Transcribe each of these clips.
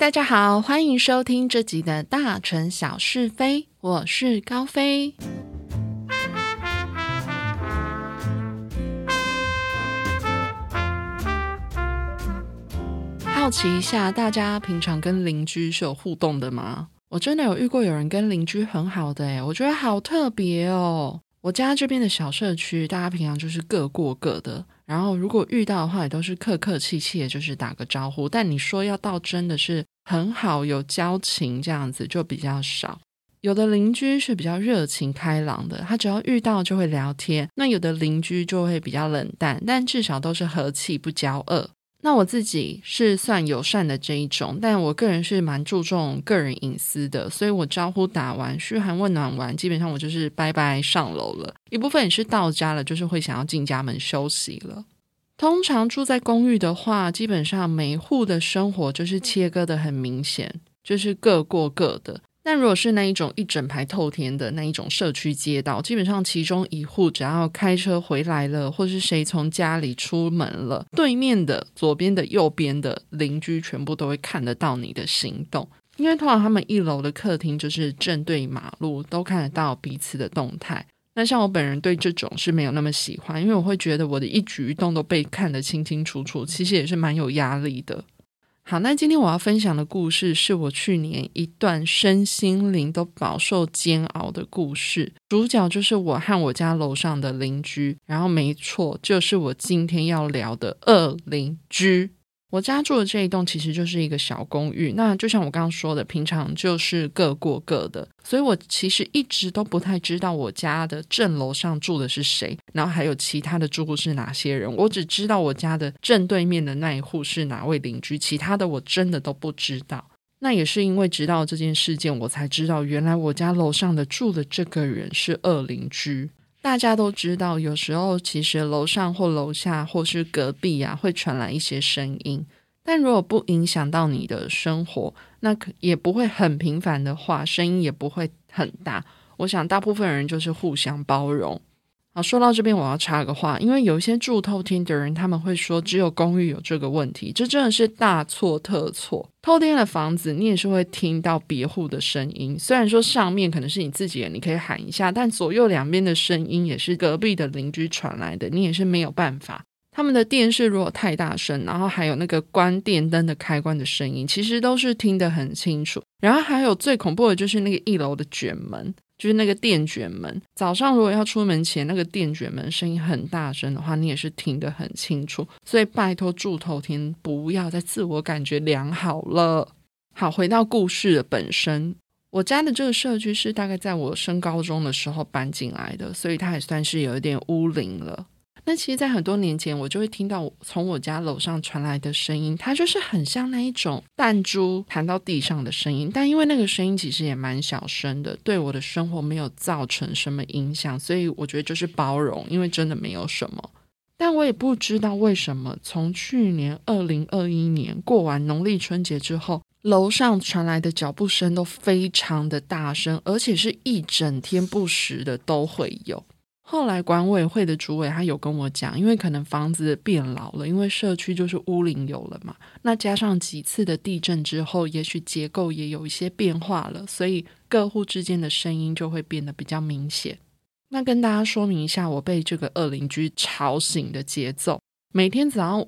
大家好，欢迎收听这集的大城小是非，我是高飞。好奇一下，大家平常跟邻居是有互动的吗？我真的有遇过有人跟邻居很好的耶，我觉得好特别哦。我家这边的小社区，大家平常就是各过各的，然后如果遇到的话也都是客客气气的，就是打个招呼，但你说要到真的是很好有交情这样子就比较少。有的邻居是比较热情开朗的，他只要遇到就会聊天，那有的邻居就会比较冷淡，但至少都是和气不交恶。那我自己是算友善的这一种，但我个人是蛮注重个人隐私的，所以我招呼打完嘘寒问暖完，基本上我就是拜拜上楼了，一部分也是到家了，就是会想要进家门休息了。通常住在公寓的话，基本上每户的生活就是切割的很明显，就是各过各的。但如果是那一种一整排透天的那一种社区街道，基本上其中一户只要开车回来了，或是谁从家里出门了，对面的、左边的、右边的邻居全部都会看得到你的行动。因为通常他们一楼的客厅就是正对马路，都看得到彼此的动态。那像我本人对这种是没有那么喜欢，因为我会觉得我的一举一动都被看得清清楚楚，其实也是蛮有压力的。好，那今天我要分享的故事是我去年一段身心灵都饱受煎熬的故事，主角就是我和我家楼上的邻居，然后没错，就是我今天要聊的恶邻居。我家住的这一栋其实就是一个小公寓，那就像我刚刚说的，平常就是各过各的，所以我其实一直都不太知道我家的正楼上住的是谁，然后还有其他的住户是哪些人，我只知道我家的正对面的那一户是哪位邻居，其他的我真的都不知道。那也是因为知道这件事件，我才知道原来我家楼上的住的这个人是恶邻居。大家都知道，有时候其实楼上或楼下或是隔壁啊，会传来一些声音，但如果不影响到你的生活，那也不会很频繁的话，声音也不会很大，我想大部分人就是互相包容。好，说到这边我要插个话，因为有一些住透天的人，他们会说只有公寓有这个问题，这真的是大错特错。透天的房子你也是会听到别户的声音，虽然说上面可能是你自己的，你可以喊一下，但左右两边的声音也是隔壁的邻居传来的，你也是没有办法。他们的电视如果太大声，然后还有那个关电灯的开关的声音，其实都是听得很清楚。然后还有最恐怖的就是那个一楼的卷门，就是那个电卷门，早上如果要出门前那个电卷门声音很大声的话，你也是听得很清楚。所以拜托住透天不要再自我感觉良好了。好，回到故事的本身，我家的这个社区是大概在我升高中的时候搬进来的，所以它也算是有一点屋龄了。那其实在很多年前我就会听到从我家楼上传来的声音，它就是很像那一种弹珠弹到地上的声音，但因为那个声音其实也蛮小声的，对我的生活没有造成什么影响，所以我觉得就是包容，因为真的没有什么。但我也不知道为什么从去年2021年过完农历春节之后，楼上传来的脚步声都非常的大声，而且是一整天不时的都会有。后来管委会的主委他有跟我讲，因为可能房子变老了，因为社区就是屋龄有了嘛，那加上几次的地震之后，也许结构也有一些变化了，所以各户之间的声音就会变得比较明显。那跟大家说明一下我被这个恶邻居吵醒的节奏，每天早上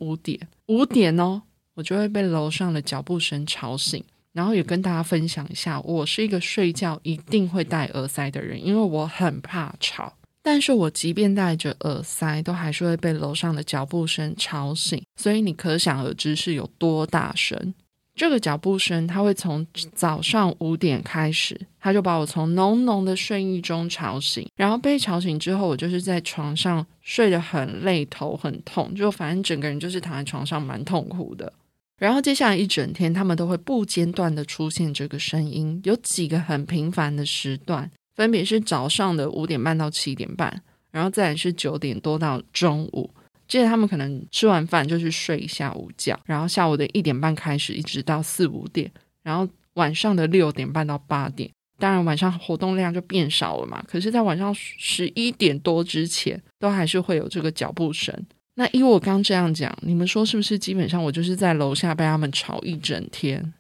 5点哦，我就会被楼上的脚步声吵醒，然后也跟大家分享一下，我是一个睡觉一定会戴耳塞的人，因为我很怕吵，但是我即便戴着耳塞都还是会被楼上的脚步声吵醒，所以你可想而知是有多大声。这个脚步声它会从早上5点开始，它就把我从浓浓的睡意中吵醒，然后被吵醒之后，我就是在床上睡得很累，头很痛，就反正整个人就是躺在床上蛮痛苦的。然后接下来一整天他们都会不间断的出现这个声音，有几个很频繁的时段，分别是早上的5点半到7点半，然后再来是9点多到中午，接着他们可能吃完饭就去睡一下午觉，然后下午的1点半开始一直到4、5点，然后晚上的6点半到8点，当然晚上活动量就变少了嘛，可是在晚上11点多之前都还是会有这个脚步声。那依我刚这样讲，你们说是不是基本上我就是在楼下被他们吵一整天？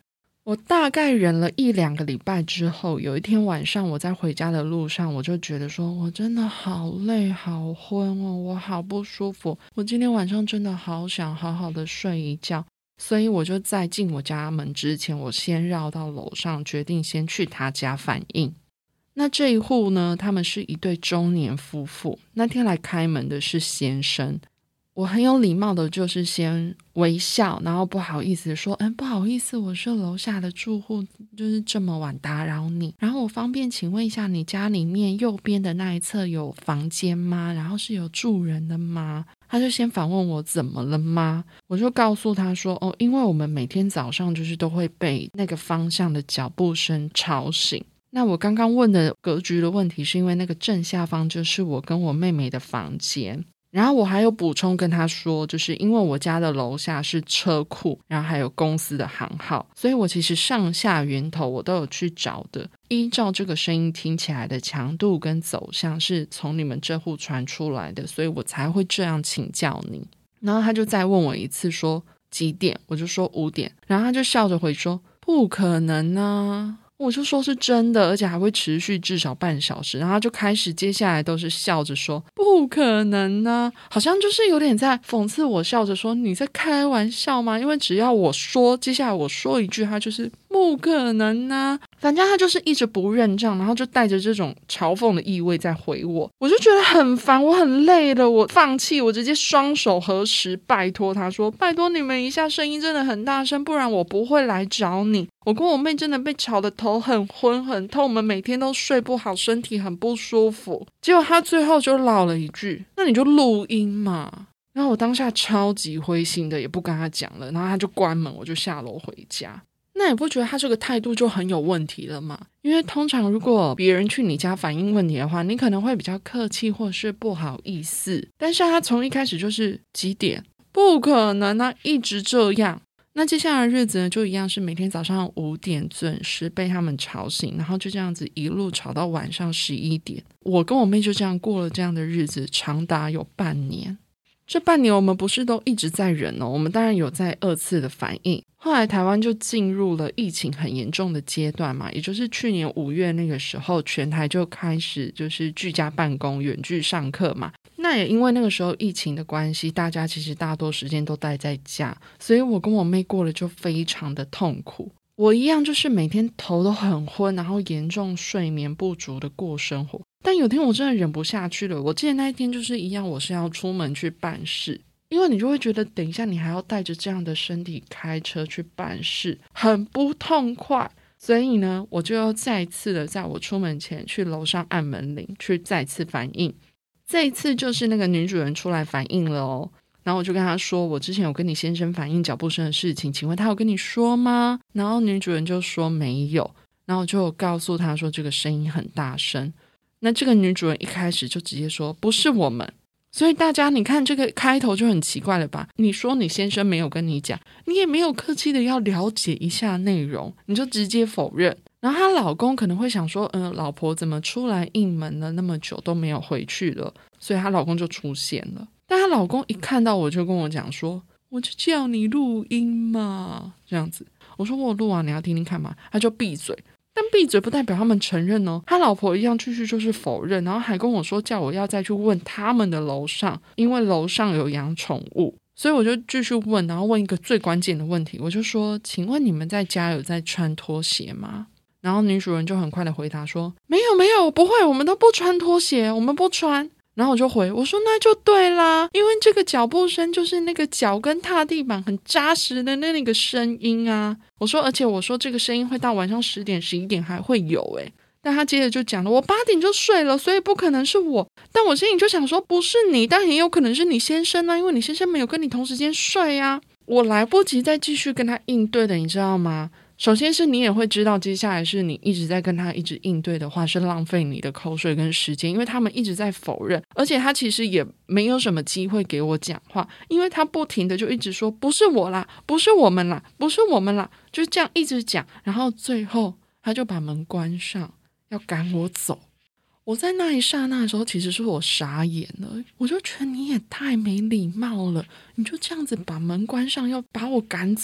我大概忍了1-2个礼拜之后，有一天晚上我在回家的路上，我就觉得说我真的好累好昏哦，我好不舒服，我今天晚上真的好想好好的睡一觉。所以我就在进我家门之前，我先绕到楼上，决定先去他家反映。那这一户呢，他们是一对中年夫妇，那天来开门的是先生。我很有礼貌的就是先微笑，然后不好意思说不好意思，我是楼下的住户，就是这么晚打扰你，然后我方便请问一下，你家里面右边的那一侧有房间吗？然后是有住人的吗？他就先反问我怎么了吗？我就告诉他说因为我们每天早上就是都会被那个方向的脚步声吵醒。那我刚刚问的格局的问题是因为那个正下方就是我跟我妹妹的房间，然后我还有补充跟他说，就是因为我家的楼下是车库，然后还有公司的行号，所以我其实上下源头我都有去找的，依照这个声音听起来的强度跟走向是从你们这户传出来的，所以我才会这样请教你。然后他就再问我一次说几点，我就说5点，然后他就笑着回说不可能啊，我就说是真的，而且还会持续至少半小时，然后他就开始接下来都是笑着说不可能啊，好像就是有点在讽刺我，笑着说你在开玩笑吗？因为只要我说接下来我说一句，他就是不可能啊，反正他就是一直不认账，然后就带着这种嘲讽的意味在回我，我就觉得很烦，我很累了，我放弃，我直接双手合十拜托他说拜托你们一下，声音真的很大声，不然我不会来找你，我跟我妹真的被吵得头很昏很痛，我们每天都睡不好，身体很不舒服。结果他最后就唠了一句那你就录音嘛，然后我当下超级灰心的，也不跟他讲了，然后他就关门，我就下楼回家。那你不觉得他这个态度就很有问题了吗？因为通常如果别人去你家反映问题的话，你可能会比较客气或是不好意思，但是他从一开始就是几点不可能啊，一直这样。那接下来的日子呢，就一样是每天早上5点准时被他们吵醒，然后就这样子一路吵到晚上11点。我跟我妹就这样过了这样的日子，长达有半年。这半年我们不是都一直在忍我们当然有在2次的反应。后来台湾就进入了疫情很严重的阶段嘛，也就是去年5月那个时候，全台就开始就是居家办公、远距上课嘛。那也因为那个时候疫情的关系，大家其实大多时间都待在家，所以我跟我妹过得就非常的痛苦。我一样就是每天头都很昏，然后严重睡眠不足的过生活。但有天我真的忍不下去了，我记得那一天就是一样，我是要出门去办事，因为你就会觉得等一下你还要带着这样的身体开车去办事，很不痛快。所以呢，我就要再次的在我出门前去楼上按门铃，去再次反映。这一次就是那个女主人出来反映了然后我就跟她说我之前有跟你先生反映脚步声的事情，请问他有跟你说吗？然后女主人就说没有，然后我就告诉她说这个声音很大声。那这个女主人一开始就直接说不是我们，所以大家你看这个开头就很奇怪了吧？你说你先生没有跟你讲，你也没有客气的要了解一下内容，你就直接否认。然后她老公可能会想说老婆怎么出来应门了那么久都没有回去了，所以她老公就出现了。但她老公一看到我就跟我讲说我就叫你录音嘛，这样子。我说我录啊，你要听听看嘛。他就闭嘴，但闭嘴不代表他们承认他老婆一样继续就是否认，然后还跟我说叫我要再去问他们的楼上，因为楼上有养宠物。所以我就继续问，然后问一个最关键的问题，我就说请问你们在家有在穿拖鞋吗？然后女主人就很快的回答说没有没有，不会，我们都不穿拖鞋，我们不穿。然后我就回我说那就对啦，因为这个脚步声就是那个脚跟踏地板很扎实的那个声音啊。我说而且我说这个声音会到晚上10点11点还会有但他接着就讲了我8点就睡了，所以不可能是我。但我心里就想说不是你，但很有可能是你先生啊，因为你先生没有跟你同时间睡啊。我来不及再继续跟他应对的，你知道吗？首先是你也会知道接下来是你一直在跟他一直应对的话是浪费你的口水跟时间，因为他们一直在否认，而且他其实也没有什么机会给我讲话，因为他不停的就一直说不是我啦，不是我们啦，不是我们啦，就这样一直讲，然后最后他就把门关上要赶我走。我在那一刹那的时候其实是我傻眼了，我就觉得你也太没礼貌了，你就这样子把门关上要把我赶走。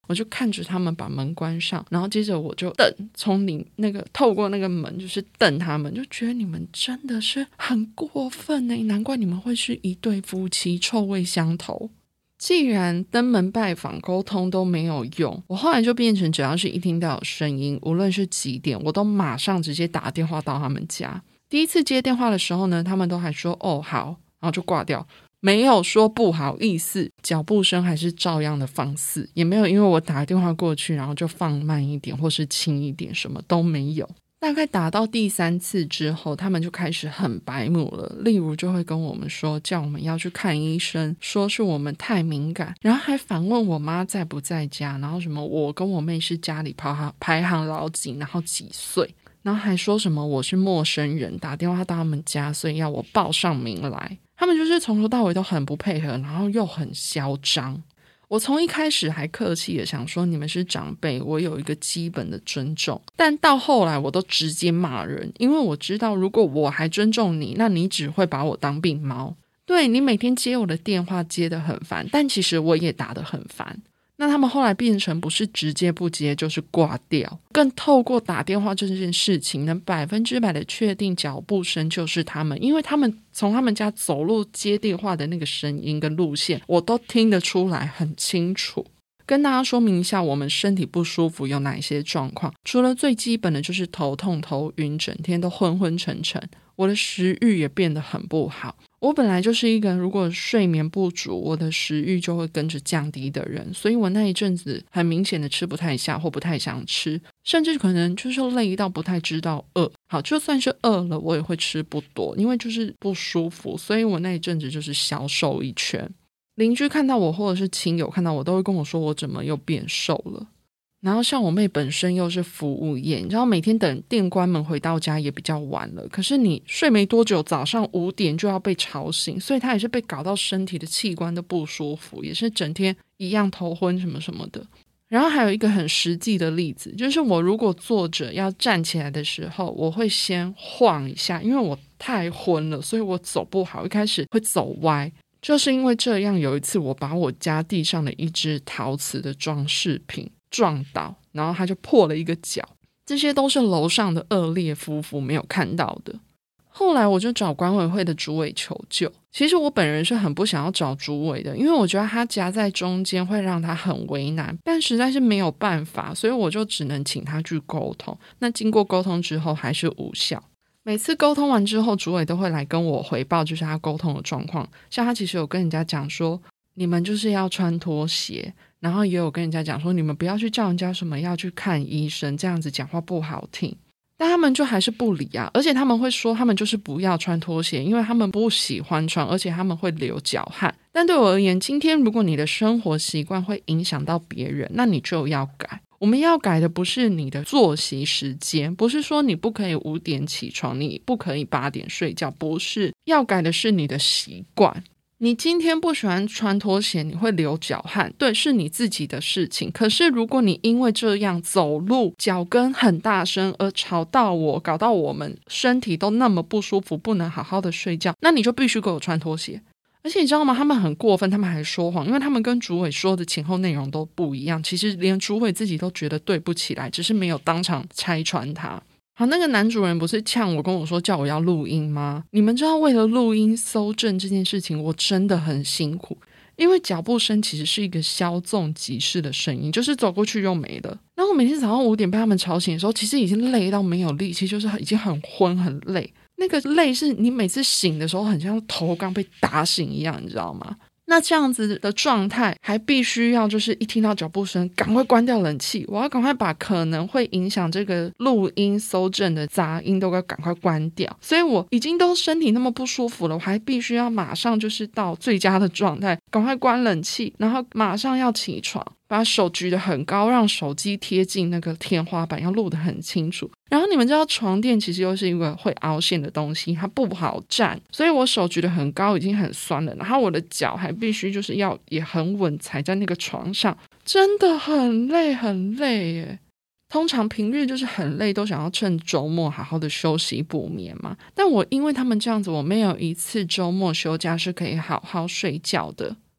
我就看着他们把门关上，然后接着我就从透过那个门就是瞪他们，就觉得你们真的是很过分欸，难怪你们会是一对夫妻，臭味相投。既然登门拜访沟通都没有用，我后来就变成只要是一听到有声音，无论是几点，我都马上直接打电话到他们家。第一次接电话的时候呢，他们都还说哦好，然后就挂掉，没有说不好意思，脚步声还是照样的放肆，也没有因为我打电话过去然后就放慢一点或是轻一点，什么都没有。大概打到第3次之后，他们就开始很白目了，例如就会跟我们说叫我们要去看医生，说是我们太敏感，然后还反问我妈在不在家，然后什么我跟我妹是家里排行老几，然后几岁，然后还说什么我是陌生人打电话到他们家，所以要我报上名来。他们就是从头到尾都很不配合，然后又很嚣张。我从一开始还客气的想说你们是长辈，我有一个基本的尊重，但到后来我都直接骂人，因为我知道如果我还尊重你，那你只会把我当病猫。对，你每天接我的电话接得很烦，但其实我也打得很烦。那他们后来变成不是直接不接就是挂掉，更透过打电话这件事情能100%的确定脚步声就是他们，因为他们从他们家走路接电话的那个声音跟路线我都听得出来很清楚。跟大家说明一下我们身体不舒服有哪一些状况，除了最基本的就是头痛头晕，整天都昏昏沉沉，我的食欲也变得很不好。我本来就是一个如果睡眠不足我的食欲就会跟着降低的人，所以我那一阵子很明显的吃不太下或不太想吃，甚至可能就是累到不太知道饿。好，就算是饿了我也会吃不多，因为就是不舒服，所以我那一阵子就是消瘦一圈。邻居看到我或者是亲友看到我都会跟我说我怎么又变瘦了。然后像我妹本身又是服务业，你知道每天等店关门回到家也比较晚了，可是你睡没多久早上5点就要被吵醒，所以她也是被搞到身体的器官都不舒服，也是整天一样头昏什么什么的。然后还有一个很实际的例子，就是我如果坐着要站起来的时候，我会先晃一下，因为我太昏了，所以我走不好，一开始会走歪。就是因为这样，有一次我把我家地上的一只陶瓷的装饰品撞倒，然后它就破了一个角，这些都是楼上的恶劣夫妇没有看到的。后来我就找管委会的主委求救，其实我本人是很不想要找主委的，因为我觉得他夹在中间会让他很为难，但实在是没有办法，所以我就只能请他去沟通。那经过沟通之后还是无效，每次沟通完之后主委都会来跟我回报就是他沟通的状况，像他其实有跟人家讲说你们就是要穿拖鞋，然后也有跟人家讲说你们不要去叫人家什么要去看医生，这样子讲话不好听，但他们就还是不理啊，而且他们会说他们就是不要穿拖鞋，因为他们不喜欢穿，而且他们会流脚汗。但对我而言，今天如果你的生活习惯会影响到别人，那你就要改。我们要改的不是你的作息时间，不是说你不可以5点起床，你不可以8点睡觉，不是，要改的是你的习惯。你今天不喜欢穿拖鞋，你会流脚汗，对，是你自己的事情。可是如果你因为这样走路脚跟很大声而吵到我，搞到我们身体都那么不舒服，不能好好的睡觉，那你就必须给我穿拖鞋。而且你知道吗，他们很过分，他们还说谎，因为他们跟主委说的前后内容都不一样，其实连主委自己都觉得对不起来，只是没有当场拆穿他。好，那个男主人不是呛我跟我说叫我要录音吗？你们知道为了录音搜证这件事情我真的很辛苦，因为脚步声其实是一个稍纵即逝的声音，就是走过去又没了。然后我每天早上5点被他们吵醒的时候，其实已经累到没有力气，就是已经很昏很累，那个累是你每次醒的时候很像头刚被打醒一样，你知道吗？那这样子的状态还必须要就是一听到脚步声赶快关掉冷气，我要赶快把可能会影响这个录音搜证的杂音都要赶快关掉，所以我已经都身体那么不舒服了，我还必须要马上就是到最佳的状态，赶快关冷气，然后马上要起床，把手举得很高，让手机贴近那个天花板，要录得很清楚。然后你们知道床垫其实又是一个会凹陷的东西，它不好站，所以我手举得很高已经很酸了，然后我的脚还必须就是要也很稳踩在那个床上，真的很累很累耶。通常平日就是很累都想要趁周末好好的休息补眠嘛，但我因为他们这样子，我没有一次周末休假是可以好好睡觉的。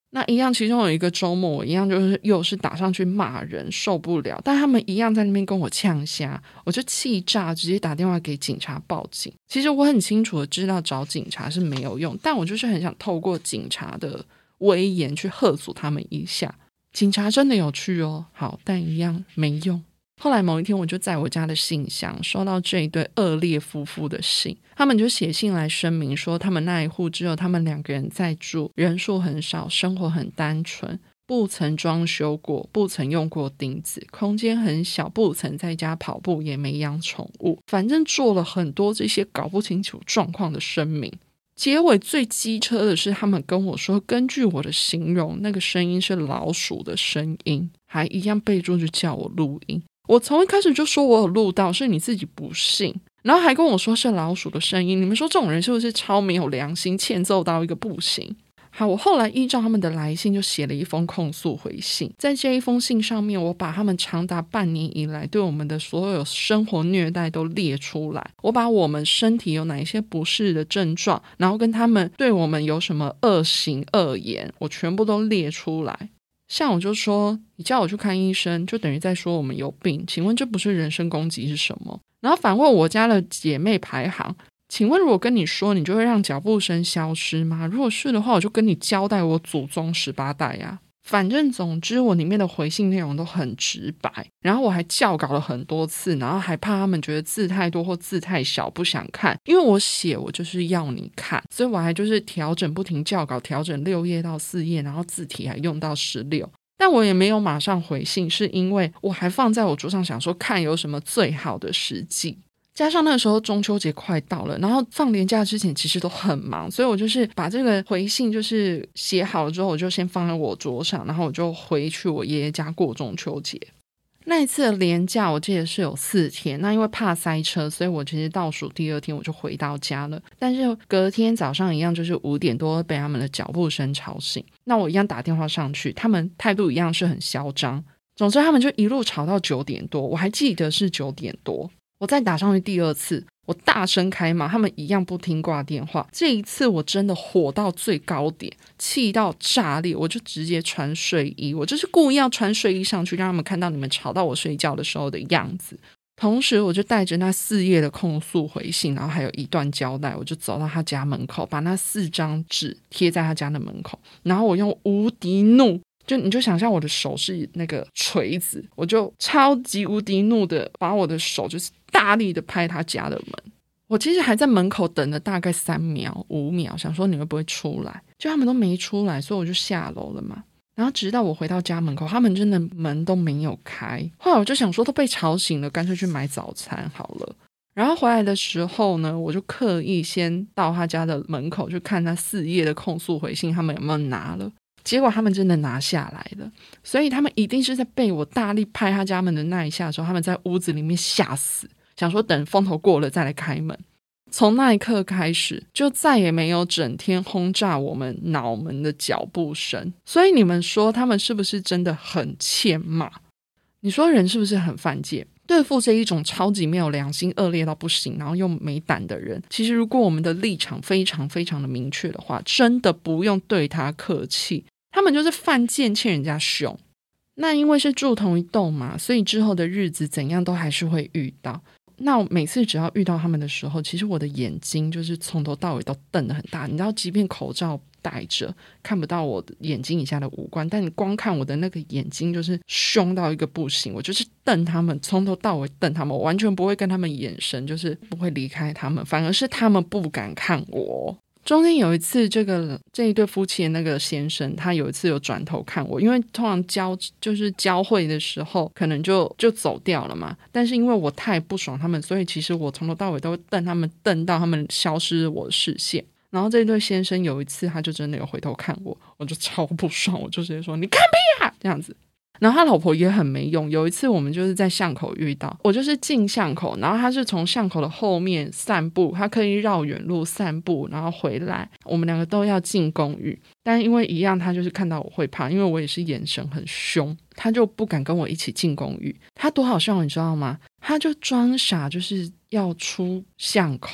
那一样其中有一个周末我一样就是又是打上去骂人，受不了，但他们一样在那边跟我呛瞎，我就气炸，直接打电话给警察报警。其实我很清楚的知道找警察是没有用，但我就是很想透过警察的威严去吓阻他们一下。警察真的有去哦，好，但一样没用。后来某一天我就在我家的信箱收到这一对恶劣夫妇的信，他们就写信来声明说他们那一户只有他们2个人在住，人数很少，生活很单纯，不曾装修过，不曾用过钉子，空间很小，不曾在家跑步，也没养宠物，反正做了很多这些搞不清楚状况的声明。结尾最机车的是他们跟我说根据我的形容那个声音是老鼠的声音，还一样备注就叫我录音。我从一开始就说我有录到，是你自己不信，然后还跟我说是老鼠的声音，你们说这种人是不是超没有良心，欠揍到一个不行。好，我后来依照他们的来信就写了一封控诉回信，在这一封信上面我把他们长达半年以来对我们的所有生活虐待都列出来，我把我们身体有哪一些不适的症状，然后跟他们对我们有什么恶行恶言，我全部都列出来。像我就说你叫我去看医生就等于在说我们有病，请问这不是人身攻击是什么？然后反问我家的姐妹排行，请问如果跟你说你就会让脚步声消失吗？如果是的话我就跟你交代我祖宗18代啊。反正总之我里面的回信内容都很直白，然后我还校稿了很多次，然后还怕他们觉得字太多或字太小不想看，因为我写我就是要你看，所以我还就是调整不停校稿，调整6页到4页，然后字体还用到16。但我也没有马上回信，是因为我还放在我桌上想说看有什么最好的时机，加上那个时候中秋节快到了，然后放年假之前其实都很忙，所以我就是把这个回信就是写好了之后我就先放在我桌上，然后我就回去我爷爷家过中秋节。那一次的连假我记得是有4天，那因为怕塞车，所以我其实倒数第2天我就回到家了，但是隔天早上一样就是5点多被他们的脚步声吵醒，那我一样打电话上去，他们态度一样是很嚣张，总之他们就一路吵到9点多，我还记得是9点多，我再打上去第2次，我大声开骂，他们一样不听挂电话。这一次我真的火到最高点，气到炸裂，我就直接穿睡衣，我就是故意要穿睡衣上去让他们看到你们吵到我睡觉的时候的样子。同时我就带着那4页的控诉回信，然后还有一段交代，我就走到他家门口，把那4张纸贴在他家的门口，然后我用无敌怒，就你就想象我的手是那个锤子，我就超级无敌怒的把我的手就是大力的拍他家的门。我其实还在门口等了大概3秒5秒，想说你会不会出来，就他们都没出来，所以我就下楼了嘛。然后直到我回到家门口，他们真的门都没有开，后来我就想说都被吵醒了，干脆去买早餐好了。然后回来的时候呢，我就刻意先到他家的门口去看那4页的控诉回信他们有没有拿了，结果他们真的拿下来了，所以他们一定是在被我大力拍他家门的那一下的时候，他们在屋子里面吓死，想说等风头过了再来开门。从那一刻开始就再也没有整天轰炸我们脑门的脚步声。所以你们说他们是不是真的很欠骂？你说人是不是很犯贱？对付这一种超级没有良心恶劣到不行然后又没胆的人，其实如果我们的立场非常非常的明确的话，真的不用对他客气，他们就是犯贱欠人家凶。那因为是住同一栋嘛，所以之后的日子怎样都还是会遇到。那我每次只要遇到他们的时候，其实我的眼睛就是从头到尾都瞪得很大，你知道即便口罩戴着看不到我的眼睛以下的五官，但你光看我的那个眼睛就是凶到一个不行，我就是瞪他们，从头到尾瞪他们，我完全不会跟他们眼神，就是不会离开他们，反而是他们不敢看我。中间有一次这一对夫妻的那个先生，他有一次有转头看我，因为通常交会的时候可能就走掉了嘛，但是因为我太不爽他们，所以其实我从头到尾都会瞪他们，瞪到他们消失我的视线。然后这对先生有一次他就真的有回头看我，我就超不爽，我就直接说你看屁啊这样子。然后他老婆也很没用，有一次我们就是在巷口遇到，我就是进巷口，然后他是从巷口的后面散步，他可以绕远路散步然后回来，我们2个都要进公寓，但因为一样他就是看到我会怕，因为我也是眼神很凶，他就不敢跟我一起进公寓。他多好笑你知道吗？他就装傻就是要出巷口，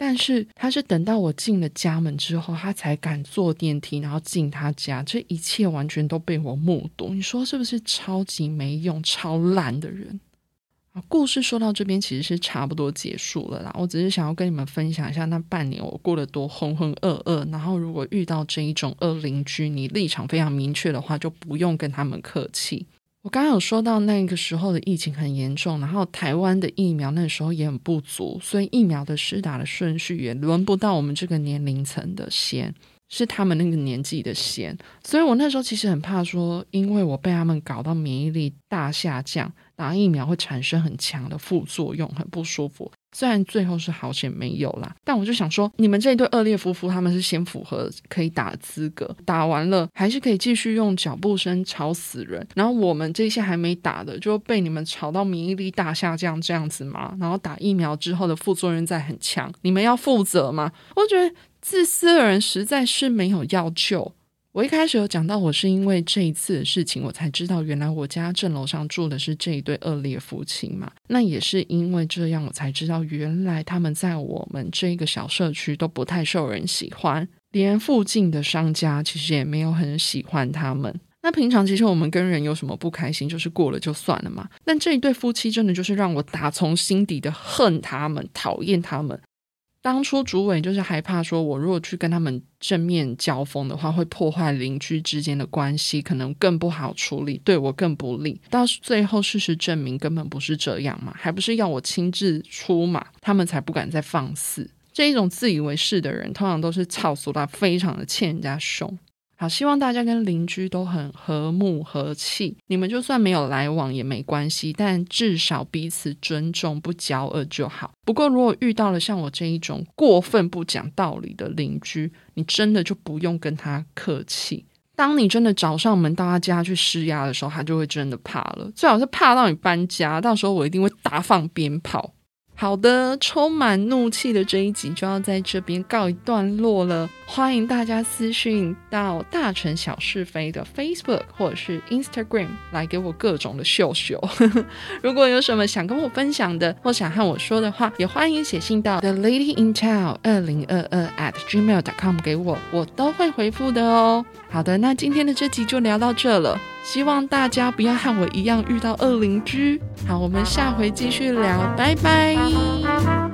但是他是等到我进了家门之后，他才敢坐电梯然后进他家，这一切完全都被我目睹。你说是不是超级没用超烂的人？故事说到这边其实是差不多结束了啦，我只是想要跟你们分享一下那半年我过得多浑浑噩噩，然后如果遇到这一种恶邻居，你立场非常明确的话，就不用跟他们客气。我刚刚有说到那个时候的疫情很严重，然后台湾的疫苗那时候也很不足，所以疫苗的施打的顺序也轮不到我们这个年龄层的先，是他们那个年纪的先。所以我那时候其实很怕说，因为我被他们搞到免疫力大下降，打疫苗会产生很强的副作用，很不舒服。虽然最后是好险没有啦，但我就想说，你们这一对恶劣夫妇他们是先符合可以打的资格，打完了还是可以继续用脚步声吵死人，然后我们这些还没打的就被你们吵到免疫力大下降这样子吗？然后打疫苗之后的副作用再很强，你们要负责吗？我觉得自私的人实在是没有要救。我一开始有讲到我是因为这一次的事情我才知道原来我家正楼上住的是这一对恶劣夫妻嘛，那也是因为这样我才知道原来他们在我们这个小社区都不太受人喜欢，连附近的商家其实也没有很喜欢他们。那平常其实我们跟人有什么不开心就是过了就算了嘛，但这一对夫妻真的就是让我打从心底的恨他们，讨厌他们。当初主委就是害怕说我如果去跟他们正面交锋的话会破坏邻居之间的关系，可能更不好处理，对我更不利。到最后事实证明根本不是这样嘛，还不是要我亲自出马，他们才不敢再放肆。这一种自以为是的人通常都是操俗到非常的欠人家凶。好，希望大家跟邻居都很和睦和气，你们就算没有来往也没关系，但至少彼此尊重不交恶就好。不过如果遇到了像我这一种过分不讲道理的邻居，你真的就不用跟他客气。当你真的找上门到他家去施压的时候，他就会真的怕了，最好是怕到你搬家，到时候我一定会大放鞭炮。好的，充满怒气的这一集就要在这边告一段落了，欢迎大家私讯到大城小是非的 Facebook 或者是 Instagram 来给我各种的秀秀如果有什么想跟我分享的或想和我说的话，也欢迎写信到 theladyintown2022@gmail.com 给我，我都会回复的哦。好的，那今天的这集就聊到这了，希望大家不要和我一样遇到恶邻居。好，我们下回继续聊，拜拜。